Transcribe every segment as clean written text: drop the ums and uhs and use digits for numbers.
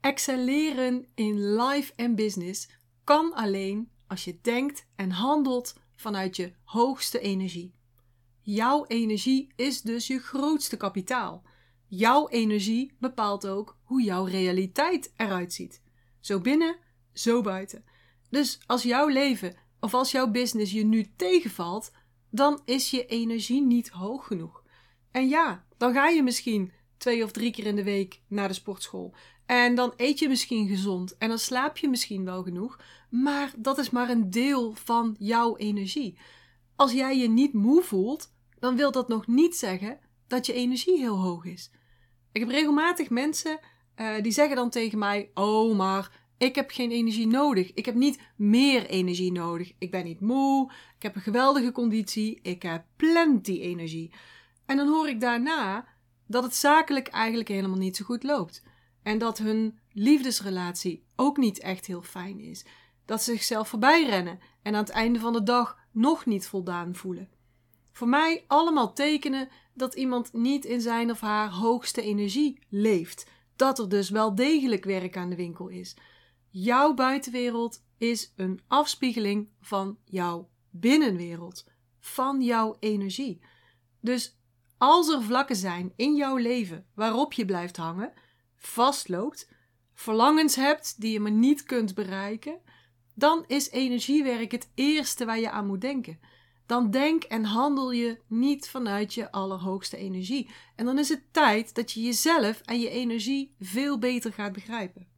Excelleren in life en business kan alleen als je denkt en handelt vanuit je hoogste energie. Jouw energie is dus je grootste kapitaal. Jouw energie bepaalt ook hoe jouw realiteit eruit ziet. Zo binnen, zo buiten. Dus als jouw leven of als jouw business je nu tegenvalt, dan is je energie niet hoog genoeg. En ja, dan ga je misschien 2 of 3 keer in de week naar de sportschool. En dan eet je misschien gezond en dan slaap je misschien wel genoeg. Maar dat is maar een deel van jouw energie. Als jij je niet moe voelt, dan wil dat nog niet zeggen dat je energie heel hoog is. Ik heb regelmatig mensen die zeggen dan tegen mij: oh, maar ik heb geen energie nodig. Ik heb niet meer energie nodig. Ik ben niet moe. Ik heb een geweldige conditie. Ik heb plenty energie. En dan hoor ik daarna dat het zakelijk eigenlijk helemaal niet zo goed loopt. En dat hun liefdesrelatie ook niet echt heel fijn is. Dat ze zichzelf voorbij rennen en aan het einde van de dag nog niet voldaan voelen. Voor mij allemaal tekenen dat iemand niet in zijn of haar hoogste energie leeft. Dat er dus wel degelijk werk aan de winkel is. Jouw buitenwereld is een afspiegeling van jouw binnenwereld. Van jouw energie. Dus als er vlakken zijn in jouw leven waarop je blijft hangen, vastloopt, verlangens hebt die je maar niet kunt bereiken, dan is energiewerk het eerste waar je aan moet denken. Dan denk en handel je niet vanuit je allerhoogste energie. En dan is het tijd dat je jezelf en je energie veel beter gaat begrijpen.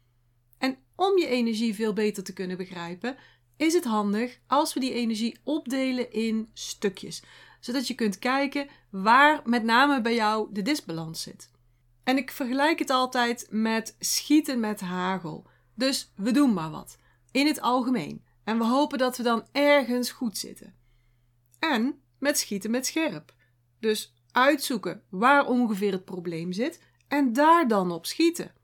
En om je energie veel beter te kunnen begrijpen, is het handig als we die energie opdelen in stukjes. Zodat je kunt kijken waar met name bij jou de disbalans zit. En ik vergelijk het altijd met schieten met hagel. Dus we doen maar wat. In het algemeen. En we hopen dat we dan ergens goed zitten. En met schieten met scherp. Dus uitzoeken waar ongeveer het probleem zit en daar dan op schieten.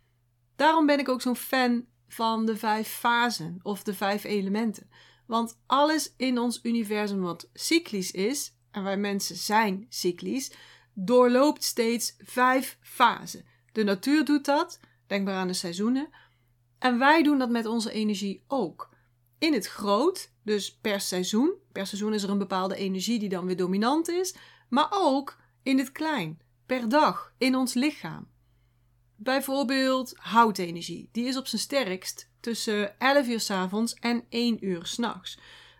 Daarom ben ik ook zo'n fan van de 5 fasen of de 5 elementen. Want alles in ons universum wat cyclisch is, en wij mensen zijn cyclisch, doorloopt steeds 5 fasen. De natuur doet dat, denk maar aan de seizoenen. En wij doen dat met onze energie ook. In het groot, dus per seizoen is er een bepaalde energie die dan weer dominant is, maar ook in het klein, per dag, in ons lichaam. Bijvoorbeeld houtenergie, die is op zijn sterkst tussen 11 uur 's avonds en 1 uur 's nachts.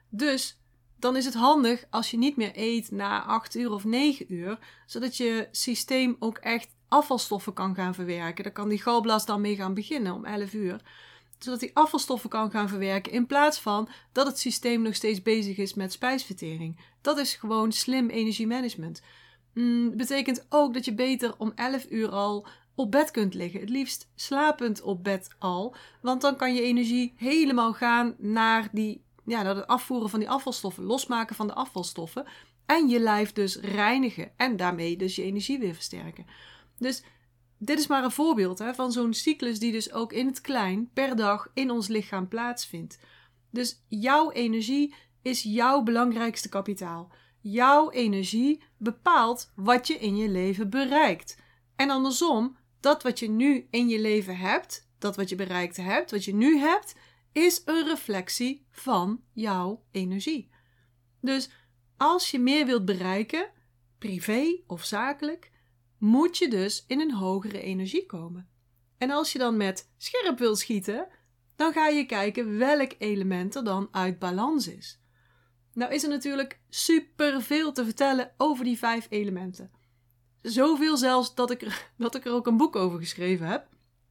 Dus dan is het handig als je niet meer eet na 8 uur of 9 uur, zodat je systeem ook echt afvalstoffen kan gaan verwerken. Daar kan die galblaas dan mee gaan beginnen om 11 uur. Zodat die afvalstoffen kan gaan verwerken in plaats van dat het systeem nog steeds bezig is met spijsvertering. Dat is gewoon slim energiemanagement. Betekent ook dat je beter om 11 uur al op bed kunt liggen. Het liefst slapend op bed al. Want dan kan je energie helemaal gaan naar het afvoeren van die afvalstoffen. Losmaken van de afvalstoffen. En je lijf dus reinigen. En daarmee dus je energie weer versterken. Dus dit is maar een voorbeeld van zo'n cyclus die dus ook in het klein per dag in ons lichaam plaatsvindt. Dus jouw energie is jouw belangrijkste kapitaal. Jouw energie bepaalt wat je in je leven bereikt. En andersom, dat wat je nu in je leven hebt, dat wat je bereikt hebt, wat je nu hebt, is een reflectie van jouw energie. Dus als je meer wilt bereiken, privé of zakelijk, moet je dus in een hogere energie komen. En als je dan met scherp wil schieten, dan ga je kijken welk element er dan uit balans is. Nou is er natuurlijk superveel te vertellen over die 5 elementen. Zoveel zelfs dat ik er ook een boek over geschreven heb.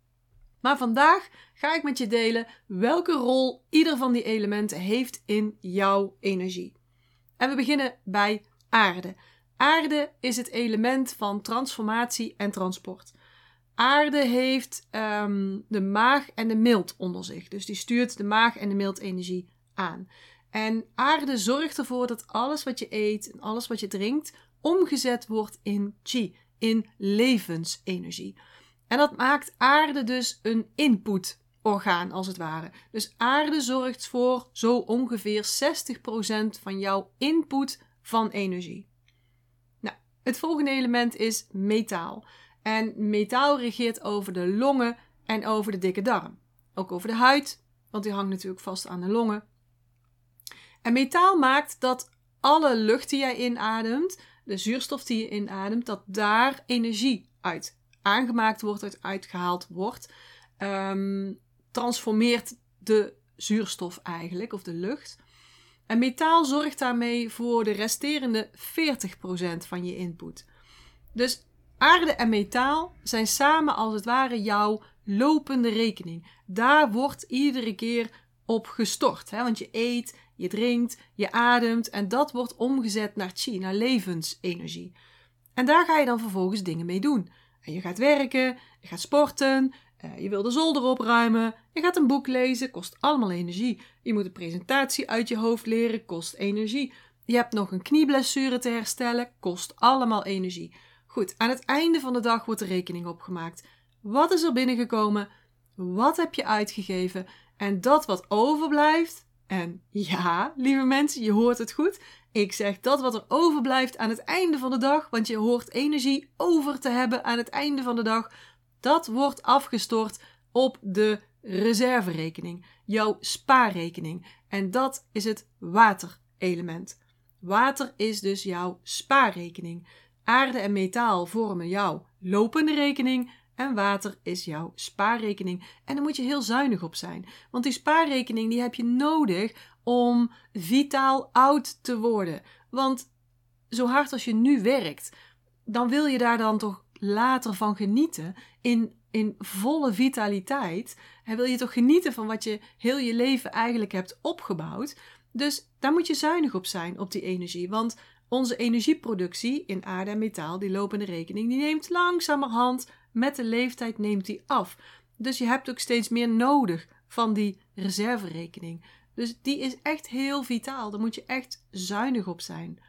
Maar vandaag ga ik met je delen welke rol ieder van die elementen heeft in jouw energie. En we beginnen bij aarde. Aarde is het element van transformatie en transport. Aarde heeft de maag en de milt onder zich. Dus die stuurt de maag en de miltenergie aan. En aarde zorgt ervoor dat alles wat je eet en alles wat je drinkt omgezet wordt in chi, in levensenergie. En dat maakt aarde dus een inputorgaan als het ware. Dus aarde zorgt voor zo ongeveer 60% van jouw input van energie. Nou, het volgende element is metaal. En metaal regeert over de longen en over de dikke darm. Ook over de huid, want die hangt natuurlijk vast aan de longen. En metaal maakt dat alle lucht die jij inademt, de zuurstof die je inademt, dat daar energie uit aangemaakt wordt, uitgehaald wordt. Transformeert de zuurstof eigenlijk, of de lucht. En metaal zorgt daarmee voor de resterende 40% van je input. Dus aarde en metaal zijn samen als het ware jouw lopende rekening. Daar wordt iedere keer op gestort. Want je eet, je drinkt, je ademt en dat wordt omgezet naar chi, naar levensenergie. En daar ga je dan vervolgens dingen mee doen. En je gaat werken, je gaat sporten, je wil de zolder opruimen, je gaat een boek lezen, kost allemaal energie. Je moet een presentatie uit je hoofd leren, kost energie. Je hebt nog een knieblessure te herstellen, kost allemaal energie. Goed, aan het einde van de dag wordt de rekening opgemaakt. Wat is er binnengekomen? Wat heb je uitgegeven? En dat wat overblijft, en ja, lieve mensen, je hoort het goed. Ik zeg dat wat er overblijft aan het einde van de dag, want je hoort energie over te hebben aan het einde van de dag, dat wordt afgestort op de reserverekening, jouw spaarrekening. En dat is het waterelement. Water is dus jouw spaarrekening. Aarde en metaal vormen jouw lopende rekening en water is jouw spaarrekening. En daar moet je heel zuinig op zijn. Want die spaarrekening die heb je nodig om vitaal oud te worden. Want zo hard als je nu werkt, dan wil je daar dan toch later van genieten in volle vitaliteit. En wil je toch genieten van wat je heel je leven eigenlijk hebt opgebouwd. Dus daar moet je zuinig op zijn, op die energie. Want onze energieproductie in aarde en metaal, die lopende rekening, die neemt langzamerhand met de leeftijd neemt die af. Dus je hebt ook steeds meer nodig van die reserverekening. Dus die is echt heel vitaal. Daar moet je echt zuinig op zijn.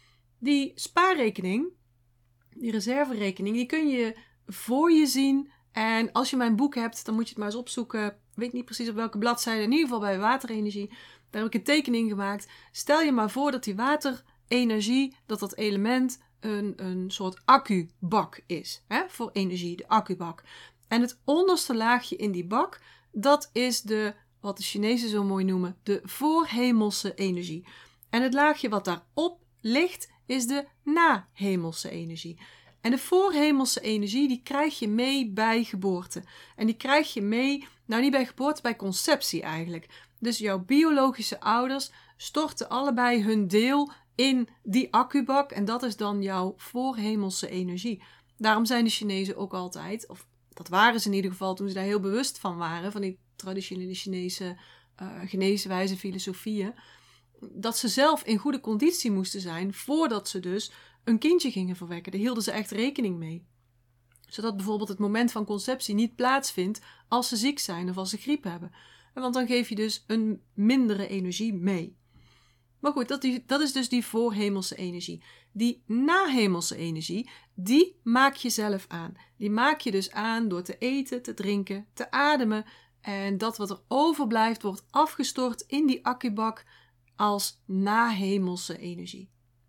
Die spaarrekening, die reserverekening, die kun je voor je zien. En als je mijn boek hebt, dan moet je het maar eens opzoeken. Ik weet niet precies op welke bladzijde, in ieder geval bij waterenergie. Daar heb ik een tekening gemaakt. Stel je maar voor dat die waterenergie, dat element een soort accubak is. Voor energie, de accubak. En het onderste laagje in die bak, dat is wat de Chinezen zo mooi noemen, de voorhemelse energie. En het laagje wat daarop ligt, is de nahemelse energie. En de voorhemelse energie, die krijg je mee bij geboorte. En die krijg je mee, nou niet bij geboorte, bij conceptie eigenlijk. Dus jouw biologische ouders storten allebei hun deel in die accubak. En dat is dan jouw voorhemelse energie. Daarom zijn de Chinezen ook altijd, of dat waren ze in ieder geval toen ze daar heel bewust van waren, van die traditionele Chinese geneeswijze filosofieën, dat ze zelf in goede conditie moesten zijn voordat ze dus een kindje gingen verwekken. Daar hielden ze echt rekening mee. Zodat bijvoorbeeld het moment van conceptie niet plaatsvindt als ze ziek zijn of als ze griep hebben. Want dan geef je dus een mindere energie mee. Maar goed, dat is dus die voorhemelse energie. Die nahemelse energie, die maak je zelf aan. Die maak je dus aan door te eten, te drinken, te ademen. En dat wat er overblijft wordt afgestort in die accubak als nahemelse energie.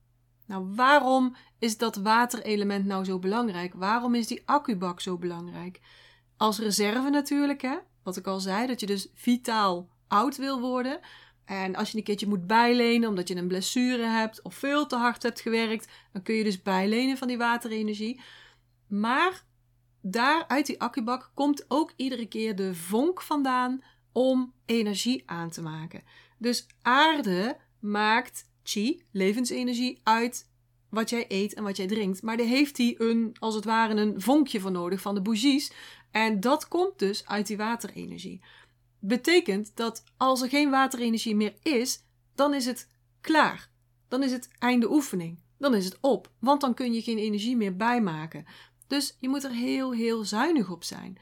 Nou, waarom is dat waterelement nou zo belangrijk? Waarom is die accubak zo belangrijk? Als reserve natuurlijk, wat ik al zei, dat je dus vitaal oud wil worden. En als je een keertje moet bijlenen omdat je een blessure hebt of veel te hard hebt gewerkt, dan kun je dus bijlenen van die waterenergie. Maar daar uit die accubak komt ook iedere keer de vonk vandaan om energie aan te maken. Dus aarde maakt chi, levensenergie, uit wat jij eet en wat jij drinkt. Maar daar heeft hij als het ware een vonkje voor nodig van de bougies. En dat komt dus uit die waterenergie. Betekent dat als er geen waterenergie meer is, dan is het klaar. Dan is het einde oefening. Dan is het op, want dan kun je geen energie meer bijmaken. Dus je moet er heel, heel zuinig op zijn.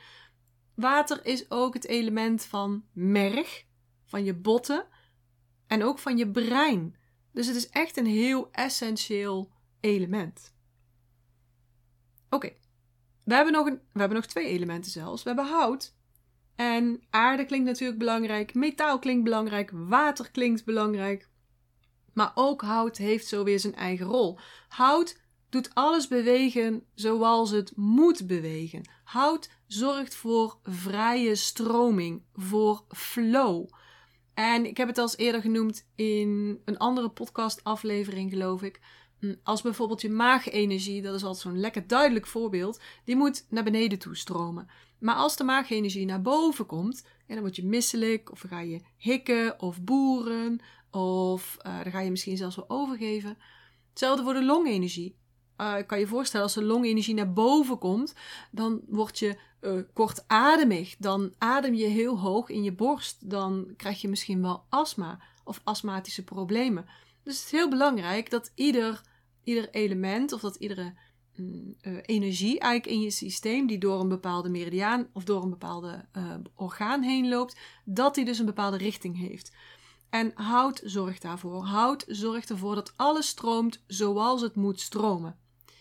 Water is ook het element van merg, van je botten en ook van je brein. Dus het is echt een heel essentieel element. Oké. We hebben nog 2 elementen zelfs. We hebben hout. En aarde klinkt natuurlijk belangrijk. Metaal klinkt belangrijk. Water klinkt belangrijk. Maar ook hout heeft zo weer zijn eigen rol. Hout doet alles bewegen zoals het moet bewegen. Hout zorgt voor vrije stroming, voor flow. En ik heb het al eens eerder genoemd in een andere podcastaflevering, geloof ik. Als bijvoorbeeld je maagenergie, dat is altijd zo'n lekker duidelijk voorbeeld, die moet naar beneden toe stromen. Maar als de maagenergie naar boven komt, dan word je misselijk, of dan ga je hikken of boeren, of dan ga je misschien zelfs wel overgeven. Hetzelfde voor de longenergie. Ik kan je voorstellen, als de longenergie naar boven komt, dan word je kortademig. Dan adem je heel hoog in je borst. Dan krijg je misschien wel astma of astmatische problemen. Dus het is heel belangrijk dat ieder element of dat iedere energie eigenlijk in je systeem die door een bepaalde meridiaan of door een bepaalde orgaan heen loopt, dat die dus een bepaalde richting heeft. En hout zorgt daarvoor. Hout zorgt ervoor dat alles stroomt zoals het moet stromen.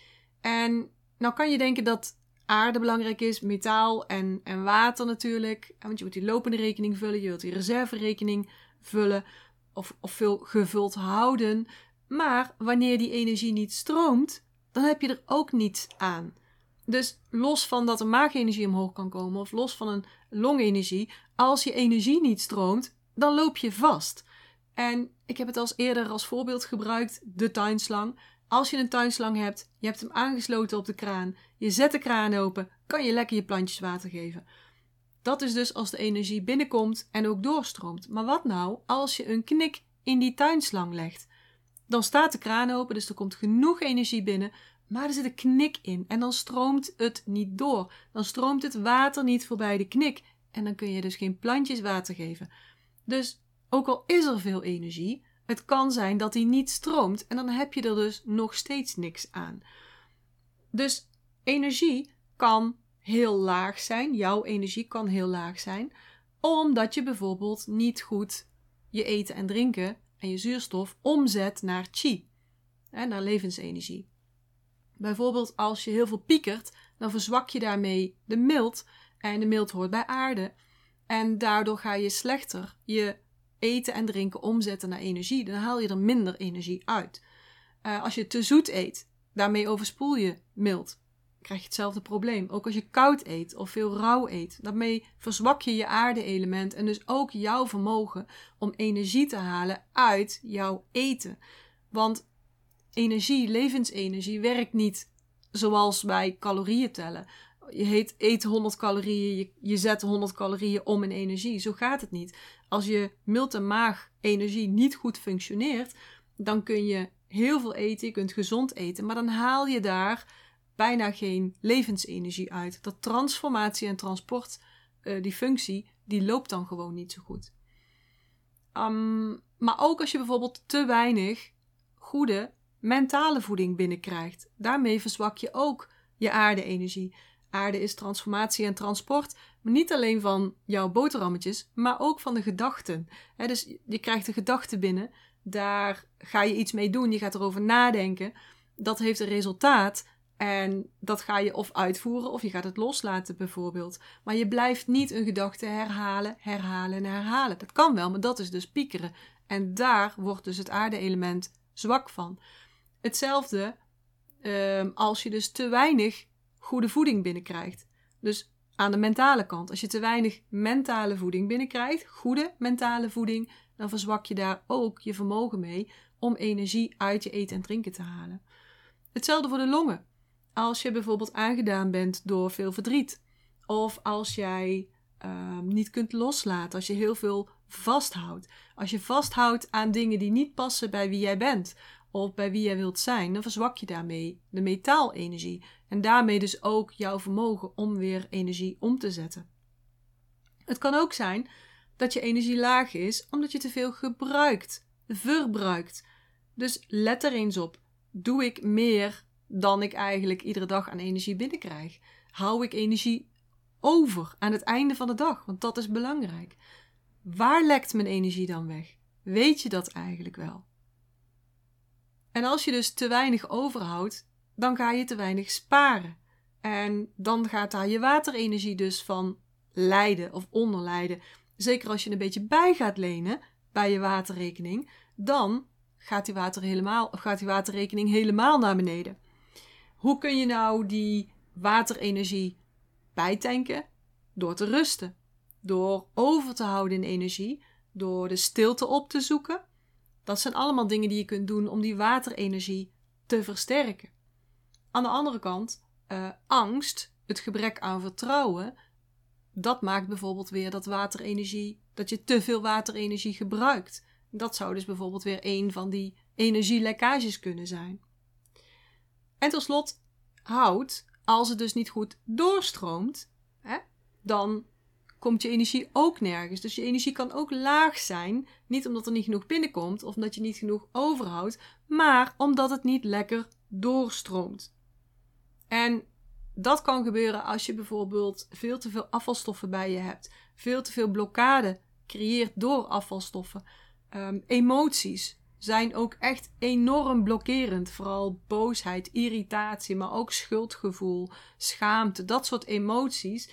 En nou kan je denken dat aarde belangrijk is, metaal en water natuurlijk. Want je moet die lopende rekening vullen, je wilt die reserverekening vullen of veel gevuld houden. Maar wanneer die energie niet stroomt, dan heb je er ook niets aan. Dus los van dat er maagenergie omhoog kan komen of los van een longenergie, als je energie niet stroomt, dan loop je vast. En ik heb het al eerder als voorbeeld gebruikt, de tuinslang. Als je een tuinslang hebt, je hebt hem aangesloten op de kraan, je zet de kraan open, kan je lekker je plantjes water geven. Dat is dus als de energie binnenkomt en ook doorstroomt. Maar wat nou als je een knik in die tuinslang legt? Dan staat de kraan open, dus er komt genoeg energie binnen, maar er zit een knik in en dan stroomt het niet door. Dan stroomt het water niet voorbij de knik en dan kun je dus geen plantjes water geven. Dus ook al is er veel energie, het kan zijn dat die niet stroomt en dan heb je er dus nog steeds niks aan. Dus energie kan heel laag zijn, jouw energie kan heel laag zijn, omdat je bijvoorbeeld niet goed je eten en drinken en je zuurstof omzet naar chi, naar levensenergie. Bijvoorbeeld als je heel veel piekert, dan verzwak je daarmee de milt en de milt hoort bij aarde en daardoor ga je slechter je eten en drinken omzetten naar energie. Dan haal je er minder energie uit. Als je te zoet eet, daarmee overspoel je milt. Dan krijg je hetzelfde probleem. Ook als je koud eet of veel rauw eet, daarmee verzwak je je aarde-element en dus ook jouw vermogen om energie te halen uit jouw eten. Want energie, levensenergie, werkt niet zoals bij calorieën tellen. Je eet 100 calorieën, je zet 100 calorieën om in energie. Zo gaat het niet. Als je milt- en maagenergie niet goed functioneert, dan kun je heel veel eten, je kunt gezond eten, maar dan haal je daar bijna geen levensenergie uit. Dat transformatie en transport, die functie, die loopt dan gewoon niet zo goed. Maar ook als je bijvoorbeeld te weinig goede mentale voeding binnenkrijgt, daarmee verzwak je ook je aarde-energie. Aarde is transformatie en transport, maar niet alleen van jouw boterhammetjes, maar ook van de gedachten. Dus je krijgt de gedachten binnen, daar ga je iets mee doen, je gaat erover nadenken. Dat heeft een resultaat en dat ga je of uitvoeren of je gaat het loslaten bijvoorbeeld. Maar je blijft niet een gedachte herhalen, herhalen en herhalen. Dat kan wel, maar dat is dus piekeren. En daar wordt dus het aarde-element zwak van. Hetzelfde als je dus te weinig goede voeding binnenkrijgt. Dus aan de mentale kant. Als je te weinig mentale voeding binnenkrijgt, goede mentale voeding, dan verzwak je daar ook je vermogen mee om energie uit je eten en drinken te halen. Hetzelfde voor de longen. Als je bijvoorbeeld aangedaan bent door veel verdriet, of als jij niet kunt loslaten, als je heel veel vasthoudt. Als je vasthoudt aan dingen die niet passen bij wie jij bent, of bij wie jij wilt zijn, dan verzwak je daarmee de metaalenergie. En daarmee dus ook jouw vermogen om weer energie om te zetten. Het kan ook zijn dat je energie laag is, omdat je te veel verbruikt. Dus let er eens op. Doe ik meer dan ik eigenlijk iedere dag aan energie binnenkrijg? Hou ik energie over aan het einde van de dag? Want dat is belangrijk. Waar lekt mijn energie dan weg? Weet je dat eigenlijk wel? En als je dus te weinig overhoudt, dan ga je te weinig sparen. En dan gaat daar je waterenergie dus van lijden of onderlijden. Zeker als je een beetje bij gaat lenen bij je waterrekening, dan gaat die waterrekening helemaal naar beneden. Hoe kun je nou die waterenergie bijtanken? Door te rusten, door over te houden in energie, door de stilte op te zoeken. Dat zijn allemaal dingen die je kunt doen om die waterenergie te versterken. Aan de andere kant, angst, het gebrek aan vertrouwen, dat maakt bijvoorbeeld weer dat je te veel waterenergie gebruikt. Dat zou dus bijvoorbeeld weer een van die energielekkages kunnen zijn. En tot slot, hout, als het dus niet goed doorstroomt, dan komt je energie ook nergens. Dus je energie kan ook laag zijn, niet omdat er niet genoeg binnenkomt of omdat je niet genoeg overhoudt, maar omdat het niet lekker doorstroomt. En dat kan gebeuren als je bijvoorbeeld veel te veel afvalstoffen bij je hebt, veel te veel blokkade creëert door afvalstoffen. Emoties zijn ook echt enorm blokkerend. Vooral boosheid, irritatie, maar ook schuldgevoel, schaamte. Dat soort emoties,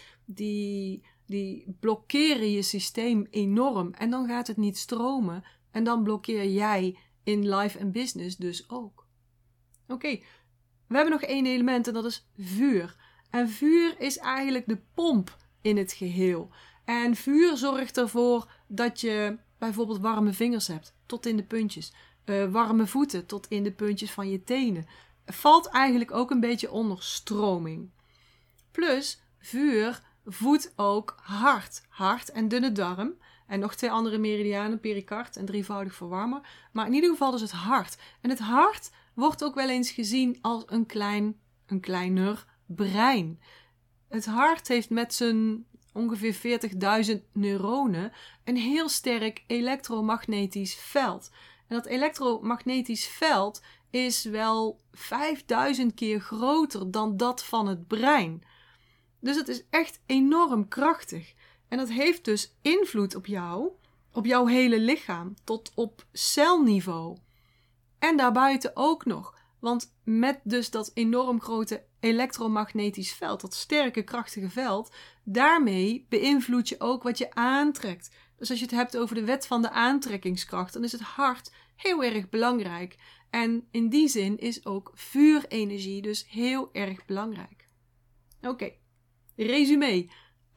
die blokkeren je systeem enorm. En dan gaat het niet stromen. En dan blokkeer jij in life en business dus ook. Oké, we hebben nog één element en dat is vuur. En vuur is eigenlijk de pomp in het geheel. En vuur zorgt ervoor dat je bijvoorbeeld warme vingers hebt, tot in de puntjes. Warme voeten, tot in de puntjes van je tenen. Valt eigenlijk ook een beetje onder stroming. Plus, vuur voedt ook hart en dunne darm. En nog 2 andere meridianen, pericard en drievoudig verwarmer. Maar in ieder geval dus het hart. En het hart wordt ook wel eens gezien als een kleiner brein. Het hart heeft met zijn ongeveer 40.000 neuronen een heel sterk elektromagnetisch veld. En dat elektromagnetisch veld is wel 5000 keer groter dan dat van het brein. Dus het is echt enorm krachtig. En dat heeft dus invloed op jouw hele lichaam, tot op celniveau. En daarbuiten ook nog. Want met dus dat enorm grote elektromagnetisch veld, dat sterke, krachtige veld, daarmee beïnvloed je ook wat je aantrekt. Dus als je het hebt over de wet van de aantrekkingskracht, dan is het hart heel erg belangrijk. En in die zin is ook vuurenergie dus heel erg belangrijk. Oké, resume.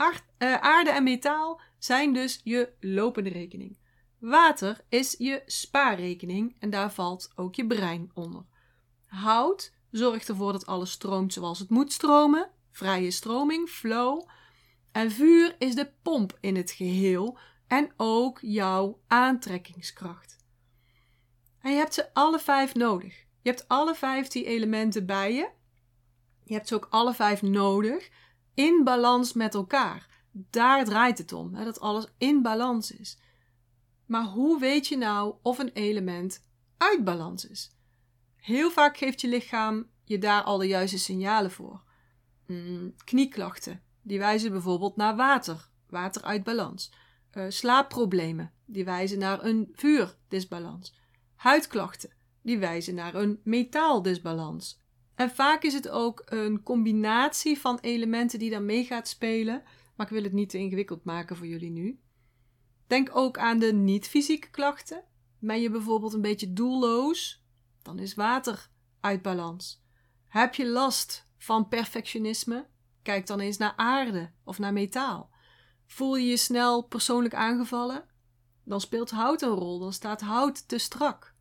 Aarde en metaal zijn dus je lopende rekening. Water is je spaarrekening en daar valt ook je brein onder. Hout zorgt ervoor dat alles stroomt zoals het moet stromen. Vrije stroming, flow. En vuur is de pomp in het geheel en ook jouw aantrekkingskracht. En je hebt ze alle 5 nodig. Je hebt alle 5 die elementen bij je. Je hebt ze ook alle 5 nodig in balans met elkaar. Daar draait het om, dat alles in balans is. Maar hoe weet je nou of een element uit balans is? Heel vaak geeft je lichaam je daar al de juiste signalen voor. Knieklachten, die wijzen bijvoorbeeld naar water uit balans. Slaapproblemen, die wijzen naar een vuurdisbalans. Huidklachten, die wijzen naar een metaaldisbalans. En vaak is het ook een combinatie van elementen die daar mee gaat spelen, maar ik wil het niet te ingewikkeld maken voor jullie nu. Denk ook aan de niet-fysieke klachten. Ben je bijvoorbeeld een beetje doelloos? Dan is water uit balans. Heb je last van perfectionisme? Kijk dan eens naar aarde of naar metaal. Voel je je snel persoonlijk aangevallen? Dan speelt hout een rol, dan staat hout te strak.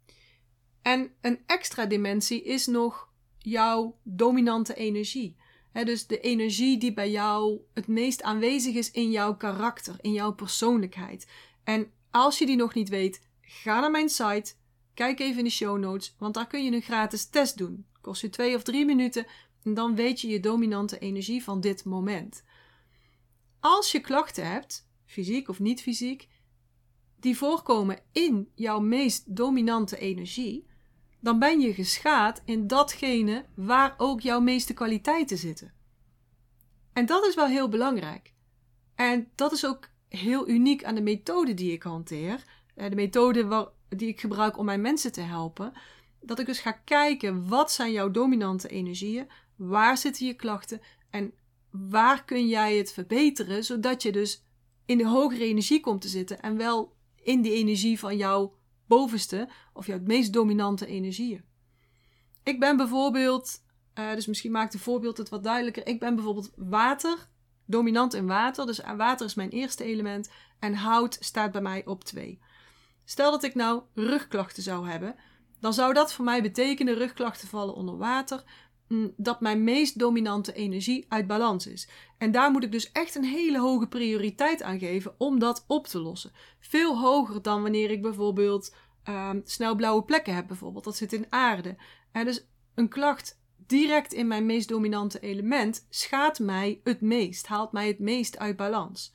En een extra dimensie is nog jouw dominante energie. Dus de energie die bij jou het meest aanwezig is in jouw karakter, in jouw persoonlijkheid. En als je die nog niet weet, ga naar mijn site, kijk even in de show notes, want daar kun je een gratis test doen. Kost je 2 of 3 minuten en dan weet je je dominante energie van dit moment. Als je klachten hebt, fysiek of niet fysiek, die voorkomen in jouw meest dominante energie, dan ben je geschaad in datgene waar ook jouw meeste kwaliteiten zitten. En dat is wel heel belangrijk. En dat is ook heel uniek aan de methode die ik hanteer. De methode die ik gebruik om mijn mensen te helpen. Dat ik dus ga kijken, wat zijn jouw dominante energieën? Waar zitten je klachten? En waar kun jij het verbeteren, zodat je dus in de hogere energie komt te zitten en wel in die energie van jouw bovenste of jouw meest dominante energieën. Ik ben bijvoorbeeld Dus misschien maakt een voorbeeld het wat duidelijker. Ik ben bijvoorbeeld water, dominant in water. Dus water is mijn eerste element. En hout staat bij mij op 2. Stel dat ik nou rugklachten zou hebben. Dan zou dat voor mij betekenen, rugklachten vallen onder water, dat mijn meest dominante energie uit balans is. En daar moet ik dus echt een hele hoge prioriteit aan geven om dat op te lossen. Veel hoger dan wanneer ik bijvoorbeeld snel blauwe plekken heb bijvoorbeeld. Dat zit in aarde. En dus een klacht direct in mijn meest dominante element schaadt mij het meest, haalt mij het meest uit balans.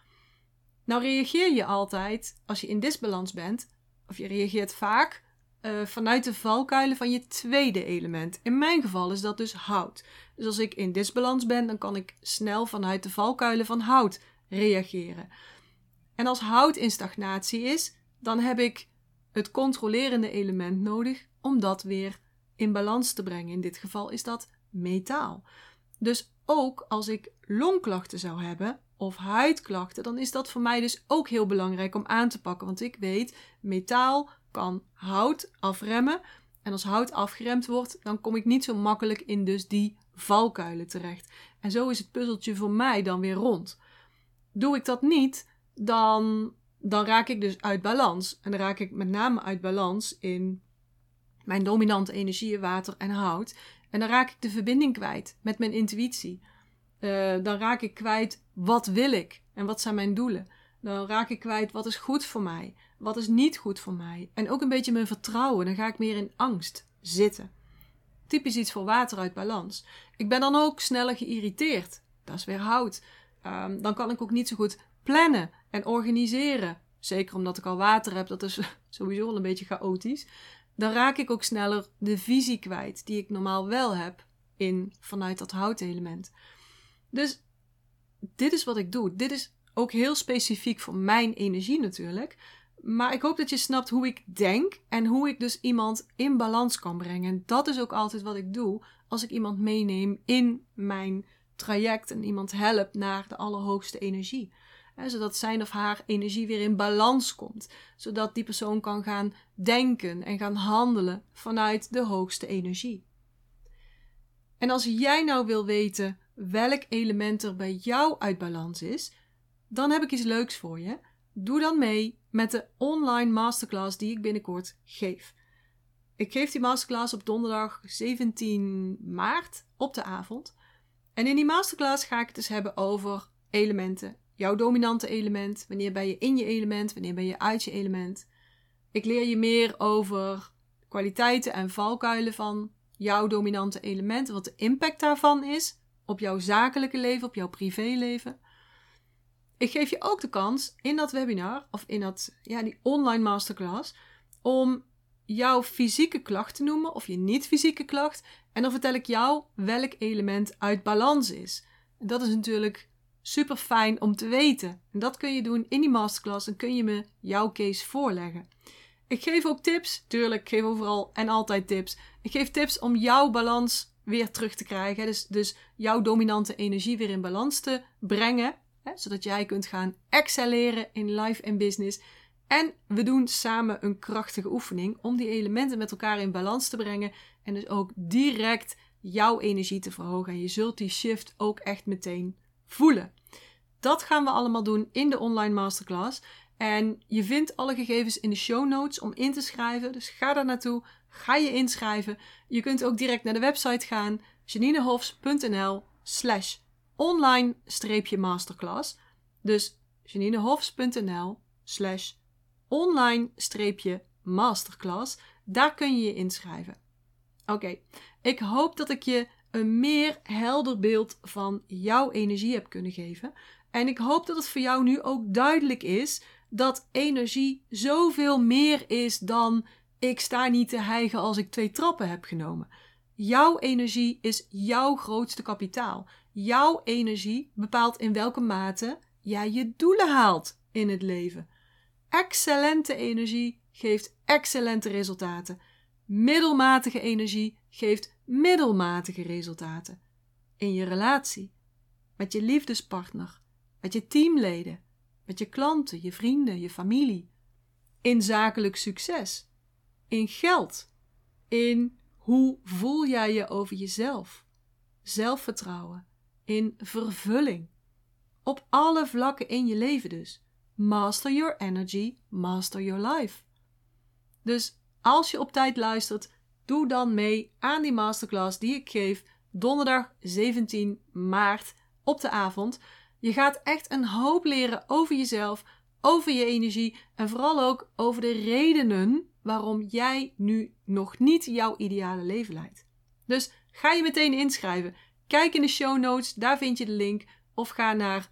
Nou reageer je altijd, als je in disbalans bent, of je reageert vaak vanuit de valkuilen van je tweede element. In mijn geval is dat dus hout. Dus als ik in disbalans ben, dan kan ik snel vanuit de valkuilen van hout reageren. En als hout in stagnatie is, dan heb ik het controlerende element nodig om dat weer in balans te brengen. In dit geval is dat metaal. Dus ook als ik longklachten zou hebben of huidklachten, dan is dat voor mij dus ook heel belangrijk om aan te pakken. Want ik weet, metaal kan hout afremmen. En als hout afgeremd wordt, dan kom ik niet zo makkelijk in dus die valkuilen terecht. En zo is het puzzeltje voor mij dan weer rond. Doe ik dat niet, dan raak ik dus uit balans. En dan raak ik met name uit balans in mijn dominante energieën, water en hout. En dan raak ik de verbinding kwijt met mijn intuïtie. Dan raak ik kwijt, wat wil ik en wat zijn mijn doelen. Dan raak ik kwijt, wat is goed voor mij, wat is niet goed voor mij. En ook een beetje mijn vertrouwen. Dan ga ik meer in angst zitten. Typisch iets voor water uit balans. Ik ben dan ook sneller geïrriteerd. Dat is weer hout. Dan kan ik ook niet zo goed plannen en organiseren. Zeker omdat ik al water heb, dat is sowieso al een beetje chaotisch. Dan raak ik ook sneller de visie kwijt die ik normaal wel heb vanuit dat houtelement. Dus dit is wat ik doe. Dit is ook heel specifiek voor mijn energie natuurlijk. Maar ik hoop dat je snapt hoe ik denk en hoe ik dus iemand in balans kan brengen. En dat is ook altijd wat ik doe als ik iemand meeneem in mijn traject en iemand help naar de allerhoogste energie. Zodat zijn of haar energie weer in balans komt. Zodat die persoon kan gaan denken en gaan handelen vanuit de hoogste energie. En als jij nou wil weten welk element er bij jou uit balans is, dan heb ik iets leuks voor je. Doe dan mee met de online masterclass die ik binnenkort geef. Ik geef die masterclass op donderdag 17 maart op de avond. En in die masterclass ga ik het dus hebben over elementen. Jouw dominante element, wanneer ben je in je element, wanneer ben je uit je element. Ik leer je meer over kwaliteiten en valkuilen van jouw dominante element, wat de impact daarvan is op jouw zakelijke leven, op jouw privéleven. Ik geef je ook de kans in dat webinar, of in die online masterclass, om jouw fysieke klacht te noemen, of je niet-fysieke klacht. En dan vertel ik jou welk element uit balans is. En dat is natuurlijk super fijn om te weten. En dat kun je doen in die masterclass. Dan kun je me jouw case voorleggen. Ik geef ook tips. Tuurlijk, ik geef overal en altijd tips. Ik geef tips om jouw balans weer terug te krijgen. Dus jouw dominante energie weer in balans te brengen. Zodat jij kunt gaan excelleren in life en business. En we doen samen een krachtige oefening om die elementen met elkaar in balans te brengen. En dus ook direct jouw energie te verhogen. En je zult die shift ook echt meteen voelen. Dat gaan we allemaal doen in de online masterclass. En je vindt alle gegevens in de show notes om in te schrijven. Dus ga daar naartoe. Ga je inschrijven. Je kunt ook direct naar de website gaan. janinehofs.nl/online-masterclass. Dus janinehofs.nl/online-masterclass. Daar kun je je inschrijven. Oké, ik hoop dat ik je een meer helder beeld van jouw energie heb kunnen geven. En ik hoop dat het voor jou nu ook duidelijk is dat energie zoveel meer is dan ik sta niet te hijgen als ik 2 trappen heb genomen. Jouw energie is jouw grootste kapitaal. Jouw energie bepaalt in welke mate jij je doelen haalt in het leven. Excellente energie geeft excellente resultaten. Middelmatige energie geeft middelmatige resultaten. In je relatie, met je liefdespartner, met je teamleden, met je klanten, je vrienden, je familie. In zakelijk succes, in geld, in Hoe voel jij je over jezelf? Zelfvertrouwen, in vervulling. Op alle vlakken in je leven dus. Master your energy, master your life. Dus als je op tijd luistert, doe dan mee aan die masterclass die ik geef donderdag 17 maart op de avond. Je gaat echt een hoop leren over jezelf, over je energie en vooral ook over de redenen waarom jij nu nog niet jouw ideale leven leidt. Dus ga je meteen inschrijven. Kijk in de show notes, daar vind je de link. Of ga naar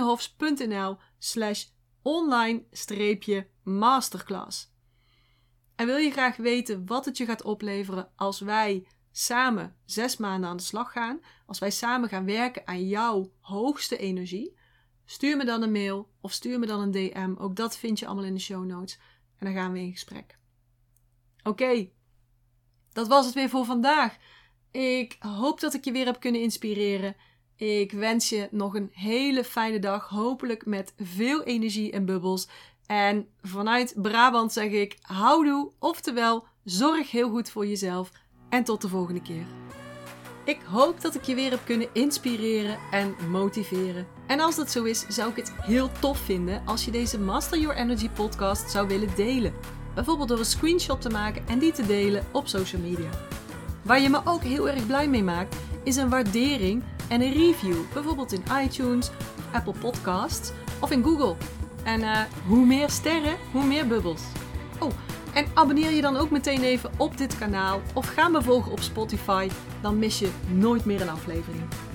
janinehofs.nl/online-masterclass. En wil je graag weten wat het je gaat opleveren als wij samen 6 maanden aan de slag gaan? Als wij samen gaan werken aan jouw hoogste energie? Stuur me dan een mail of stuur me dan een DM. Ook dat vind je allemaal in de show notes. En dan gaan we in gesprek. Oké, dat was het weer voor vandaag. Ik hoop dat ik je weer heb kunnen inspireren. Ik wens je nog een hele fijne dag. Hopelijk met veel energie en bubbels. En vanuit Brabant zeg ik houdoe, oftewel zorg heel goed voor jezelf. En tot de volgende keer. Ik hoop dat ik je weer heb kunnen inspireren en motiveren. En als dat zo is, zou ik het heel tof vinden als je deze Master Your Energy podcast zou willen delen. Bijvoorbeeld door een screenshot te maken en die te delen op social media. Waar je me ook heel erg blij mee maakt, is een waardering en een review. Bijvoorbeeld in iTunes, of Apple Podcasts of in Google. En hoe meer sterren, hoe meer bubbels. Oh, en abonneer je dan ook meteen even op dit kanaal of ga me volgen op Spotify. Dan mis je nooit meer een aflevering.